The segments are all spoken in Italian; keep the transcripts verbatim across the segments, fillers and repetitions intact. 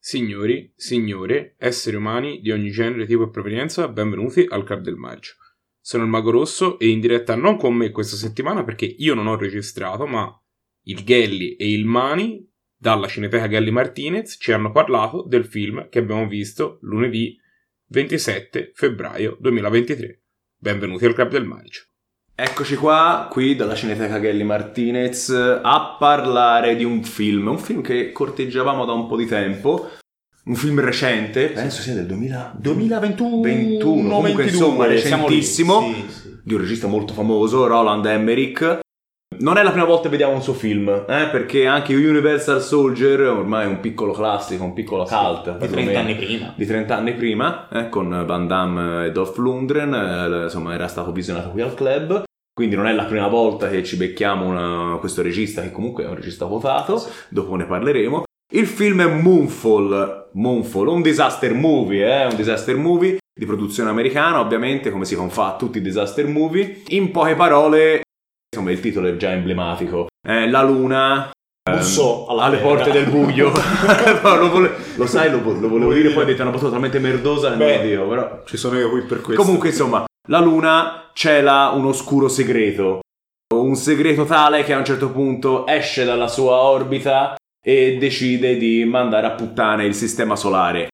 Signori, signore, esseri umani di ogni genere, tipo e provenienza, benvenuti al Club del Maggio. Sono il Mago Rosso e in diretta non con me questa settimana perché io non ho registrato, ma il Gelli e il Mani, dalla Cineteca Gelli Martinez, ci hanno parlato del film che abbiamo visto lunedì ventisette febbraio duemilaventitré. Benvenuti al Club del Maggio. Eccoci qua, qui dalla Cineteca Gelli Martinez, a parlare di un film, un film che corteggiavamo da un po' di tempo, un film recente, penso sia del duemila... duemilaventuno, ventuno, comunque ventidue, insomma recentissimo, sì, sì. Di un regista molto famoso, Roland Emmerich. Non è la prima volta che vediamo un suo film, eh, perché anche Universal Soldier ormai è un piccolo classico, un piccolo cult. Di trenta anni prima. Di trenta anni prima, eh, con Van Damme e Dolph Lundgren, eh, insomma era stato visionato qui al club. Quindi non è la prima volta che ci becchiamo una, questo regista, che comunque è un regista votato, sì. Dopo ne parleremo. Il film è Moonfall, Moonfall, un disaster movie, eh, un disaster movie di produzione americana, ovviamente, come si confà a tutti i disaster movie. In poche parole, insomma il titolo è già emblematico, eh, la luna... Bussò alla alle terra. porte del buio. No, lo, vole... lo sai, lo, lo volevo dire, poi ho detto una battuta talmente merdosa e non lo dico, però... Ci sono io qui per questo. Comunque, insomma... La luna cela un oscuro segreto, un segreto tale che a un certo punto esce dalla sua orbita e decide di mandare a puttane il sistema solare.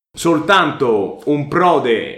Soltanto un prode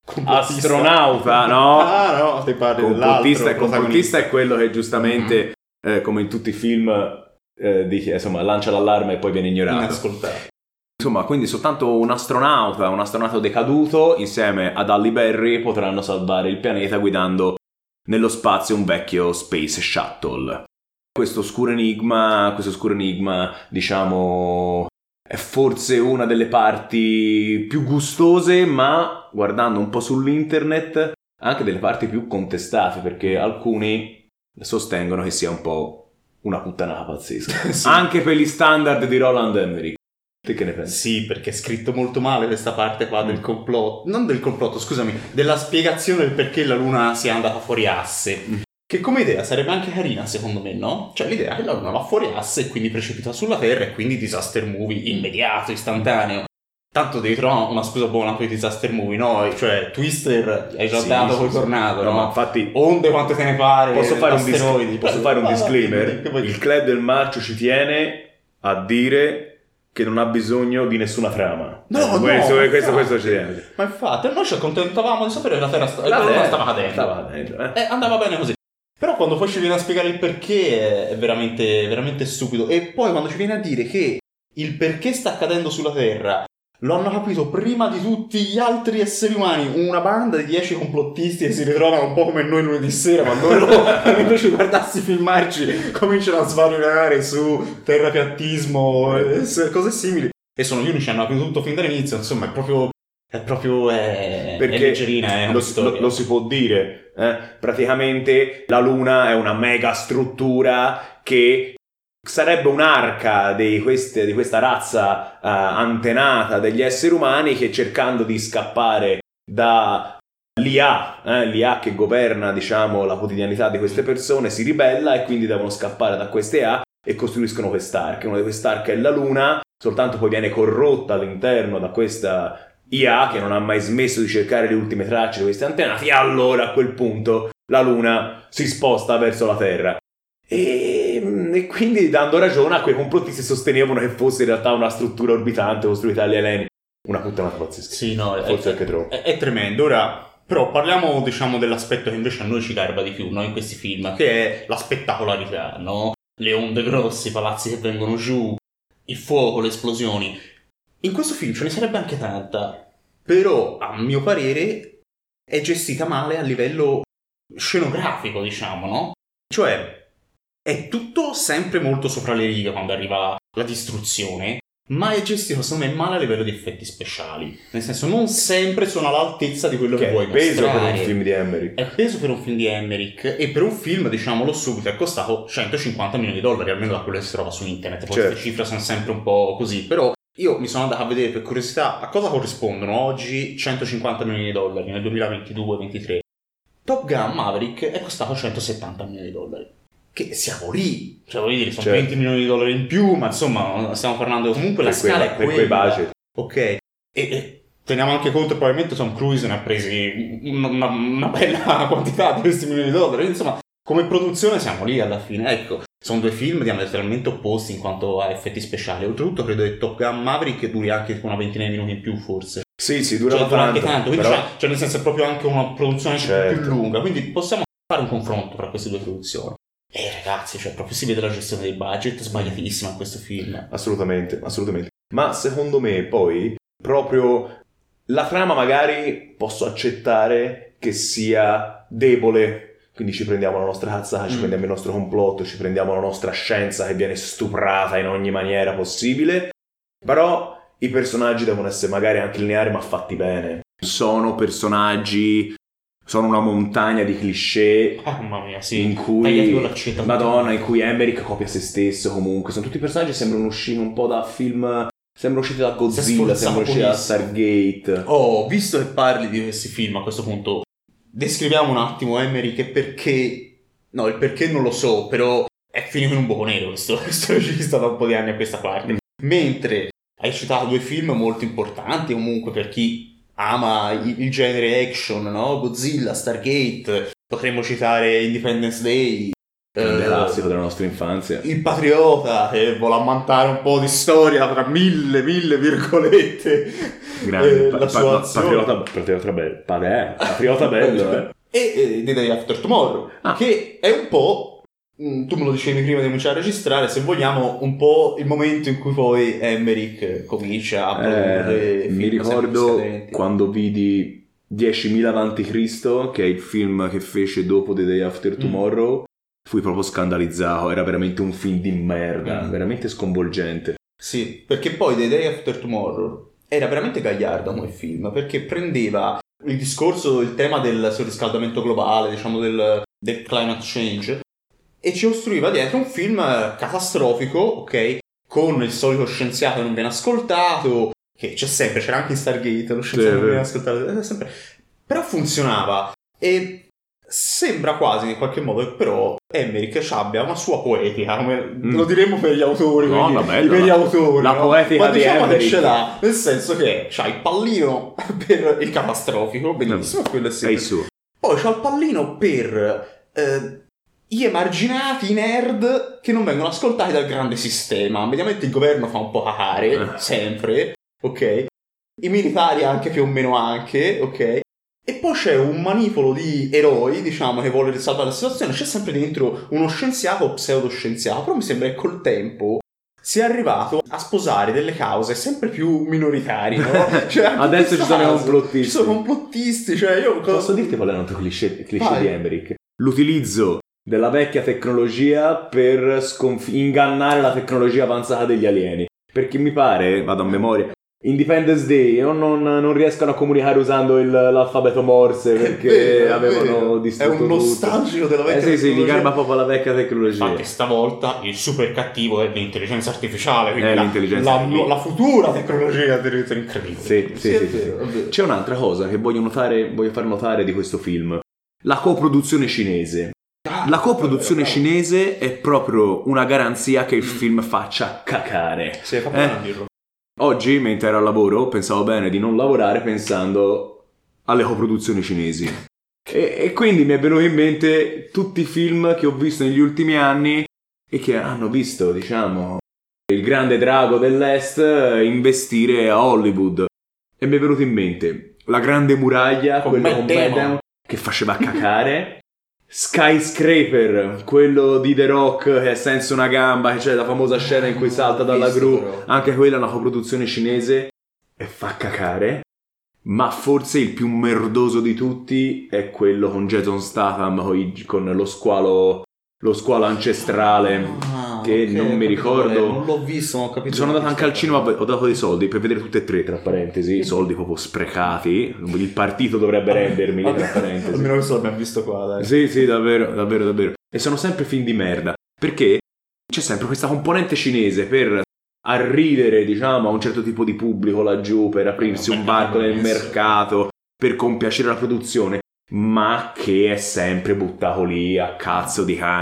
astronauta, no? Ah no, ti parli complottista, complottista è quello che giustamente, mm-hmm. eh, come in tutti i film, eh, dice, insomma, lancia l'allarme e poi viene ignorato. Inascoltato. Insomma, quindi soltanto un astronauta, un astronauta decaduto, insieme ad Halle Berry, potranno salvare il pianeta guidando nello spazio un vecchio Space Shuttle. Questo oscuro enigma, questo oscuro enigma, diciamo, è forse una delle parti più gustose, ma guardando un po' sull'internet, anche delle parti più contestate, perché alcuni sostengono che sia un po' una puttanata pazzesca. Sì. Anche per gli standard di Roland Emmerich. Che ne pensi? Sì, perché è scritto molto male questa parte qua del complotto, non del complotto, scusami, della spiegazione del perché la luna sia andata fuori asse. Mm. Che come idea sarebbe anche carina, secondo me, no? Cioè l'idea che la luna va fuori asse e quindi precipita sulla Terra e quindi disaster movie immediato, istantaneo. Tanto devi trovare una scusa buona per i disaster movie, no? Cioè Twister hai già sì, dato sì, col sì. tornado, no? no? Ma infatti onde quanto te ne pare. Posso fare un, dis- posso fare un ah, disclaimer? che, che Il club del Marcio ci tiene a dire che non ha bisogno di nessuna trama. No, eh, no, questo, ma questo, infatti, questo ci tiene. Ma infatti, noi ci accontentavamo di sapere che la Terra, sta- la la terra stava cadendo. Stava cadendo, eh. Eh, andava bene così. Però quando poi ci viene a spiegare il perché è veramente, veramente stupido. E poi quando ci viene a dire che il perché sta accadendo sulla Terra lo hanno capito prima di tutti gli altri esseri umani, una banda di dieci complottisti che si ritrovano un po' come noi lunedì sera, ma loro invece guardarsi filmarci cominciano a svarionare su terrapiattismo e cose simili. E sono gli unici che hanno capito tutto fin dall'inizio, insomma è proprio... È proprio... È, Perché è leggerina, è una lo, storia. Lo, lo si può dire, eh? Praticamente la Luna è una mega struttura che... sarebbe un'arca di, queste, di questa razza uh, antenata degli esseri umani che, cercando di scappare dall'I A, eh, l'I A che governa, diciamo, la quotidianità di queste persone, si ribella e quindi devono scappare da queste A e costruiscono quest'arca. Una di quest'arca è la Luna, soltanto poi viene corrotta all'interno da questa I A che non ha mai smesso di cercare le ultime tracce di questi antenati, e allora a quel punto la Luna si sposta verso la Terra. E, e quindi dando ragione a quei complottisti sostenevano che fosse in realtà una struttura orbitante costruita dagli alieni. Una puttanata pazzesca. Sì, no, forse è, anche troppo. È, è tremendo. Ora, però parliamo, diciamo, dell'aspetto che invece a noi ci garba di più, no, in questi film, che è la spettacolarità, no? Le onde grosse, i palazzi che vengono giù, il fuoco, le esplosioni. In questo film ce ne sarebbe anche tanta, però a mio parere è gestita male a livello scenografico, diciamo, no? Cioè è tutto sempre molto sopra le righe quando arriva la distruzione, ma è gestito secondo me male a livello di effetti speciali. Nel senso, non sempre sono all'altezza di quello che, che vuoi è peso mostrare. per un film di Emmerich. È peso per un film di Emmerich, e per un film, diciamolo subito, è costato centocinquanta milioni di dollari, almeno da quello che si trova su internet. Poi certo. Queste cifre sono sempre un po' così, però io mi sono andato a vedere per curiosità a cosa corrispondono oggi centocinquanta milioni di dollari nel duemilaventidue ventitré. Top Gun Maverick è costato centosettanta milioni di dollari. che siamo lì, cioè voglio dire, sono certo. venti milioni di dollari in più, ma insomma stiamo parlando comunque la per scala quei, è per quella. quei budget. Ok, e, e teniamo anche conto probabilmente Tom Cruise ne ha presi una, una bella quantità di questi milioni di dollari, insomma come produzione siamo lì alla fine, ecco. Sono due film diametralmente opposti in quanto a effetti speciali. Oltretutto credo che Top Gun Maverick duri anche una ventina di minuti in più, forse. Sì, sì, dura, cioè, dura anche tanto. Quindi però... cioè, cioè, nel senso è proprio anche una produzione certo. più lunga. Quindi possiamo fare un confronto tra queste due produzioni. E ragazzi, cioè proprio si vede la gestione dei budget sbagliatissima in questo film. Assolutamente, assolutamente. Ma secondo me poi proprio la trama magari posso accettare che sia debole. Quindi ci prendiamo la nostra cazzata, ci mm. prendiamo il nostro complotto, ci prendiamo la nostra scienza che viene stuprata in ogni maniera possibile. Però i personaggi devono essere magari anche lineari ma fatti bene. Sono personaggi, sono una montagna di cliché. Ah, mamma mia, sì. In cui, l'accetta, Madonna, in cui Emmerich copia se stesso comunque. Sono tutti personaggi che sembrano usciti un po' da film... Sembrano usciti da Godzilla, sembrano usciti da Stargate. Oh, visto che parli di questi film a questo punto... Descriviamo un attimo Emmerich e perché... No, il perché non lo so, però è finito in un buco nero questo, questo regista da un po' di anni a questa parte. Mentre hai citato due film molto importanti comunque per chi ama il, il genere action, no? Godzilla, Stargate, potremmo citare Independence Day. Grande eh, classico della nostra infanzia. Il Patriota, che vuole ammantare un po' di storia tra mille, mille virgolette. Grande, eh, pa- la pa- sua pa- azione. patriota, patriota bello, pa- patriota bello, eh. E eh, The Day After Tomorrow, ah. che è un po', mh, tu me lo dicevi prima di cominciare a registrare, se vogliamo, un po' il momento in cui poi Emmerich comincia a produrre eh, film mi ricordo scadenti. quando vidi diecimila avanti Cristo, che è il film che fece dopo The Day After Tomorrow, mm. fui proprio scandalizzato, era veramente un film di merda, mm. veramente sconvolgente. Sì, perché poi The Day After Tomorrow era veramente gagliardo come film, perché prendeva il discorso, il tema del surriscaldamento globale, diciamo del, del climate change, e ci costruiva dietro un film catastrofico, ok? Con il solito scienziato che non viene ascoltato, che c'è sempre, c'era anche in Stargate, lo scienziato che non viene ascoltato, sempre... però funzionava, e sembra quasi in qualche modo che però Emmerich abbia una sua poetica, come mm. lo diremmo per gli autori, no, vabbè, per gli autori, la no? poetica ma di diciamo Emmerich. che ce l'ha, nel senso che c'ha il pallino per il catastrofico, benissimo, no, quello è sempre. È suo. Poi c'ha il pallino per eh, gli emarginati, i nerd che non vengono ascoltati dal grande sistema. Mediamente il governo fa un po' cacare, eh. sempre, ok? I militari anche più o meno anche, ok? E poi c'è un manipolo di eroi, diciamo, che vuole risalvare la situazione. C'è sempre dentro uno scienziato o pseudoscienziato. Però mi sembra che col tempo sia arrivato a sposare delle cause sempre più minoritarie, no? Cioè, adesso ci sono i complottisti. Ci sono complottisti, cioè io... Posso dirti qual è un altro cliché, cliché di Emmerich? L'utilizzo della vecchia tecnologia per sconf- ingannare la tecnologia avanzata degli alieni. Perché mi pare, vado a memoria... Independence Day non, non, non riescono a comunicare usando il, l'alfabeto Morse perché vero, avevano distrutto tutto. È un nostalgico della vecchia eh, sì, tecnologia. sì, li garba proprio la vecchia tecnologia. Infatti stavolta il super cattivo è l'intelligenza artificiale, quindi è la, l'intelligenza la, artificiale. la futura tecnologia addirittura incredibile. Sì, sì, sì, sì, vero, sì. C'è un'altra cosa che voglio notare, voglio far notare di questo film: la coproduzione cinese. Ah, la coproduzione bravo, bravo. cinese è proprio una garanzia che il film faccia cacare. Sì, fa eh? a dirlo. Oggi, mentre ero al lavoro, pensavo bene di non lavorare pensando alle coproduzioni cinesi. E, e quindi mi è venuto in mente tutti i film che ho visto negli ultimi anni e che hanno visto, diciamo, il grande drago dell'Est investire a Hollywood. E mi è venuto in mente La Grande Muraglia, con quello con Matt Damon, che faceva cacare. Skyscraper, quello di The Rock che è senza una gamba, che c'è la famosa scena in cui salta dalla gru, anche quella è una coproduzione cinese e fa cacare. Ma forse il più merdoso di tutti è quello con Jason Statham con lo squalo lo squalo ancestrale, ah, che okay, non mi ricordo, non l'ho visto, non ho capito. Sono andato anche al cinema, ho dato dei soldi per vedere tutte e tre, tra parentesi, soldi proprio sprecati, il partito dovrebbe rendermi, tra parentesi. Almeno questo l'abbiamo visto qua, dai. Sì, sì, davvero, davvero, davvero. E sono sempre film di merda, perché c'è sempre questa componente cinese per arridere, diciamo, a un certo tipo di pubblico laggiù, per aprirsi un varco nel mercato, per compiacere la produzione, ma che è sempre buttato lì a cazzo di cane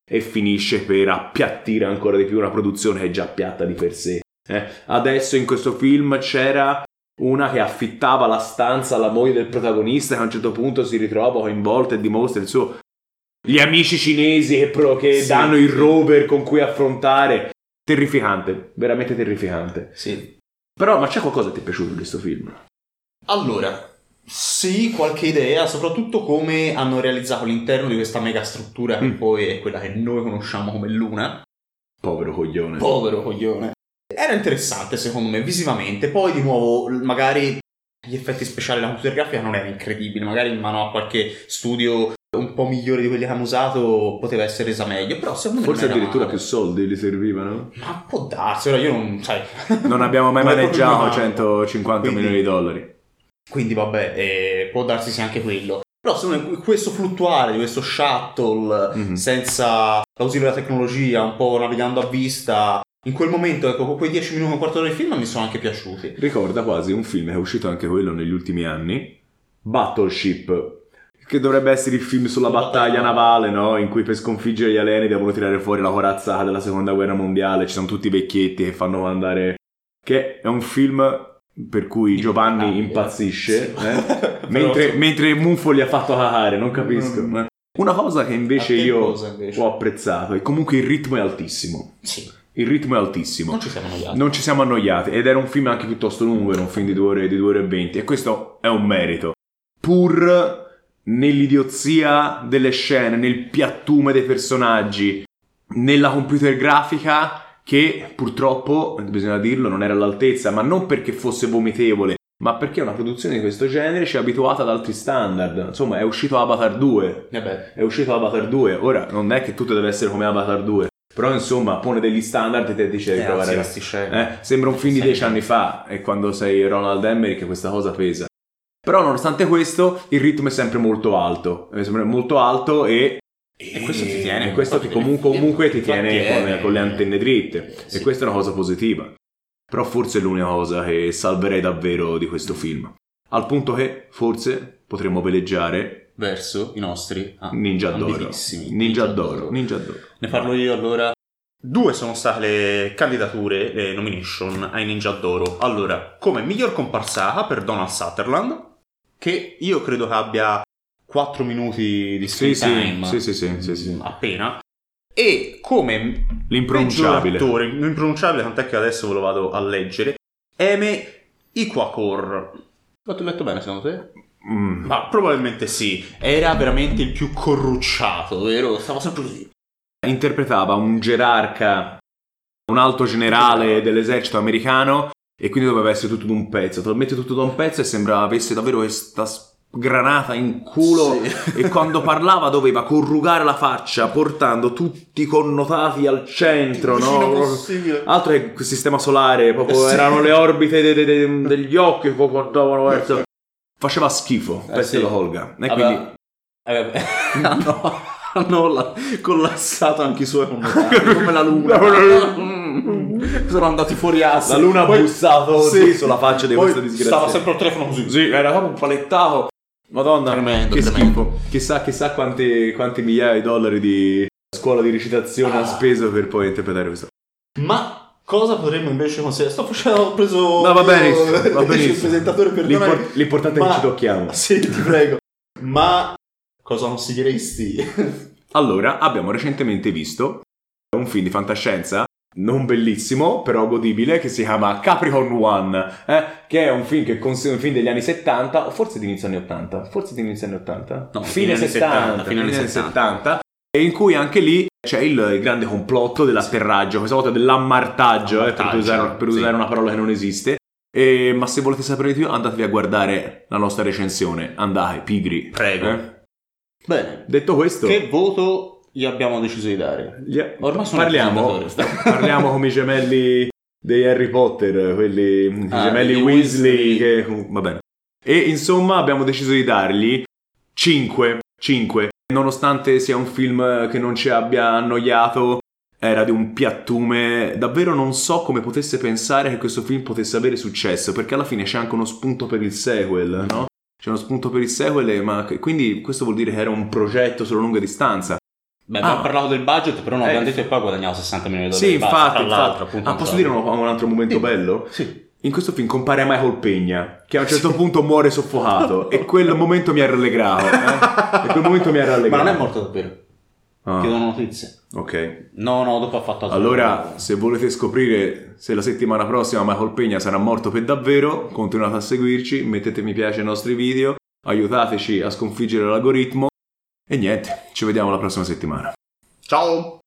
e finisce per appiattire ancora di più una produzione che è già piatta di per sé. Eh? Adesso in questo film c'era una che affittava la stanza alla moglie del protagonista, che a un certo punto si ritrova coinvolta e dimostra il suo... gli amici cinesi che, pro... che sì, danno il rover con cui affrontare. Terrificante, veramente terrificante. Sì. Però, ma c'è qualcosa che ti è piaciuto di questo film? Allora, sì, qualche idea, soprattutto come hanno realizzato l'interno di questa mega struttura che mm. poi è quella che noi conosciamo come Luna. Povero coglione. Povero coglione. Era interessante secondo me visivamente, poi di nuovo magari gli effetti speciali, la computer grafica non era incredibile, magari in mano a qualche studio un po' migliore di quelli che hanno usato poteva essere resa meglio, però secondo me forse non era addirittura male. Più soldi gli servivano? Ma può darsi, ora io non sai. Non abbiamo mai non maneggiato centocinquanta quindi, milioni di dollari. Quindi vabbè, eh, può darsi sia anche quello. Però secondo me questo fluttuare di questo shuttle mm-hmm. senza l'ausilio della tecnologia, un po' navigando a vista, in quel momento, ecco, quei dieci minuti, un quarto d'ora di film mi sono anche piaciuti. Ricorda quasi un film che è uscito anche quello negli ultimi anni, Battleship, che dovrebbe essere il film sulla battaglia navale, no? In cui per sconfiggere gli alieni devono tirare fuori la corazzata della seconda guerra mondiale, ci sono tutti i vecchietti che fanno andare... che è un film per cui Giovanni impazzisce, sì. eh? mentre, mentre Muffo gli ha fatto cagare, non capisco. Mm. Una cosa che invece io cosa, invece? ho apprezzato è comunque il ritmo è altissimo. Sì. Il ritmo è altissimo. Non ci siamo annoiati. Non ci siamo annoiati. Ed era un film anche piuttosto lungo, era un film di due ore, di due ore e venti. E questo è un merito. Pur nell'idiozia delle scene, nel piattume dei personaggi, nella computer grafica che purtroppo, bisogna dirlo, non era all'altezza, ma non perché fosse vomitevole, ma perché una produzione di questo genere ci ha abituato ad altri standard. Insomma, è uscito Avatar due. Eh beh. È uscito Avatar due. Ora, non è che tutto deve essere come Avatar due. Però insomma pone degli standard e te dice eh, provare ragazzi, eh, sembra un film di dieci anni fa e quando sei Ronald Emmerich questa cosa pesa. Però nonostante questo il ritmo è sempre molto alto, è sempre molto alto e, e questo ti tiene e questo ti, comunque, comunque ti tiene con, con le antenne dritte sì. E questa è una cosa positiva. Però forse è l'unica cosa che salverei davvero di questo film, al punto che forse potremmo veleggiare verso i nostri ah, Ninja d'oro. Ninja, Ninja d'oro. Ninja d'oro. Ne parlo io allora. Due sono state le candidature, le nomination ai Ninja d'oro. Allora, come miglior comparsata per Donald Sutherland, che io credo che abbia quattro minuti di screen sì, time. Sì, sì, sì, sì, sì. Appena. E come l'impronunciabile attore, l'impronunciabile, tant'è che adesso ve lo vado a leggere, Eme Iquakor. L'ho letto bene secondo te? Mm. Ma probabilmente sì. Era veramente il più corrucciato, vero? Stava sempre così. Interpretava un gerarca, un alto generale dell'esercito americano e quindi doveva essere tutto d'un pezzo. Te lo metti tutto da un pezzo e sembrava avesse davvero questa granata in culo sì. E quando parlava doveva corrugare la faccia portando tutti i connotati al centro, no? Altro che il sistema solare, proprio sì. Erano le orbite de- de- de- degli occhi che portavano verso. Faceva schifo, eh, pestelo sì. Holga. E Vabbè. quindi Eh, hanno, hanno la, collassato anche i suoi connotati come la luna. Sono andati fuori assi. La luna ha poi, bussato sì. Sulla faccia di poi questa disgrazia. Stava sempre al telefono così. Sì, era proprio un palettato. Madonna, tremendo, che tremendo. schifo. Chissà, chissà quanti, quanti migliaia di dollari di scuola di recitazione ah. ha speso per poi interpretare questo. Ma cosa potremmo invece considerare? Sto facendo, ho preso no, va benissimo, va benissimo. il presentatore per L'import- l'importante ma... è che ci tocchiamo. Sì, ti prego. Ma cosa consiglieresti? Allora, abbiamo recentemente visto un film di fantascienza non bellissimo, però godibile, che si chiama Capricorn One, eh? Che è un film che consiglio, un film degli anni settanta, o forse di inizio anni ottanta, forse di inizio anni ottanta, no, fine anni settanta, fine anni settanta, e in cui anche lì c'è il, il grande complotto dell'atterraggio, questa volta dell'ammartaggio, eh, per usare, per usare sì. una parola che non esiste. E, ma se volete sapere di più, andatevi a guardare la nostra recensione, andate, pigri. Prego. Eh? Bene. Detto questo, che voto gli abbiamo deciso di dare? Gli... Ormai sono parliamo, parliamo come i gemelli dei Harry Potter, quelli ah, i gemelli Weasley, Weasley che va bene. E insomma abbiamo deciso di dargli cinque, cinque. Nonostante sia un film che non ci abbia annoiato, era di un piattume. Davvero non so come potesse pensare che questo film potesse avere successo, perché alla fine c'è anche uno spunto per il sequel, no? C'è uno spunto per il sequel, ma quindi questo vuol dire che era un progetto sulla lunga distanza. Beh, abbiamo Ah. parlato del budget, però non Eh, abbiamo detto che poi guadagnavo sessanta milioni di dollari. Sì, di budget, infatti, tra infatti. l'altro, appunto, Ah, non posso so. dire un, un altro momento Sì. bello? Sì. In questo film compare Michael Pegna, che a un certo punto muore soffocato, e quel momento mi ha rallegrato. Eh? E quel momento mi ha rallegrato. Ma non è morto davvero. Ah, Chiedono notizie. ok. No, no, dopo ha fatto altro. Allora, se volete scoprire se la settimana prossima Michael Pegna sarà morto per davvero, continuate a seguirci, mettete mi piace ai nostri video, aiutateci a sconfiggere l'algoritmo e niente, ci vediamo la prossima settimana. Ciao!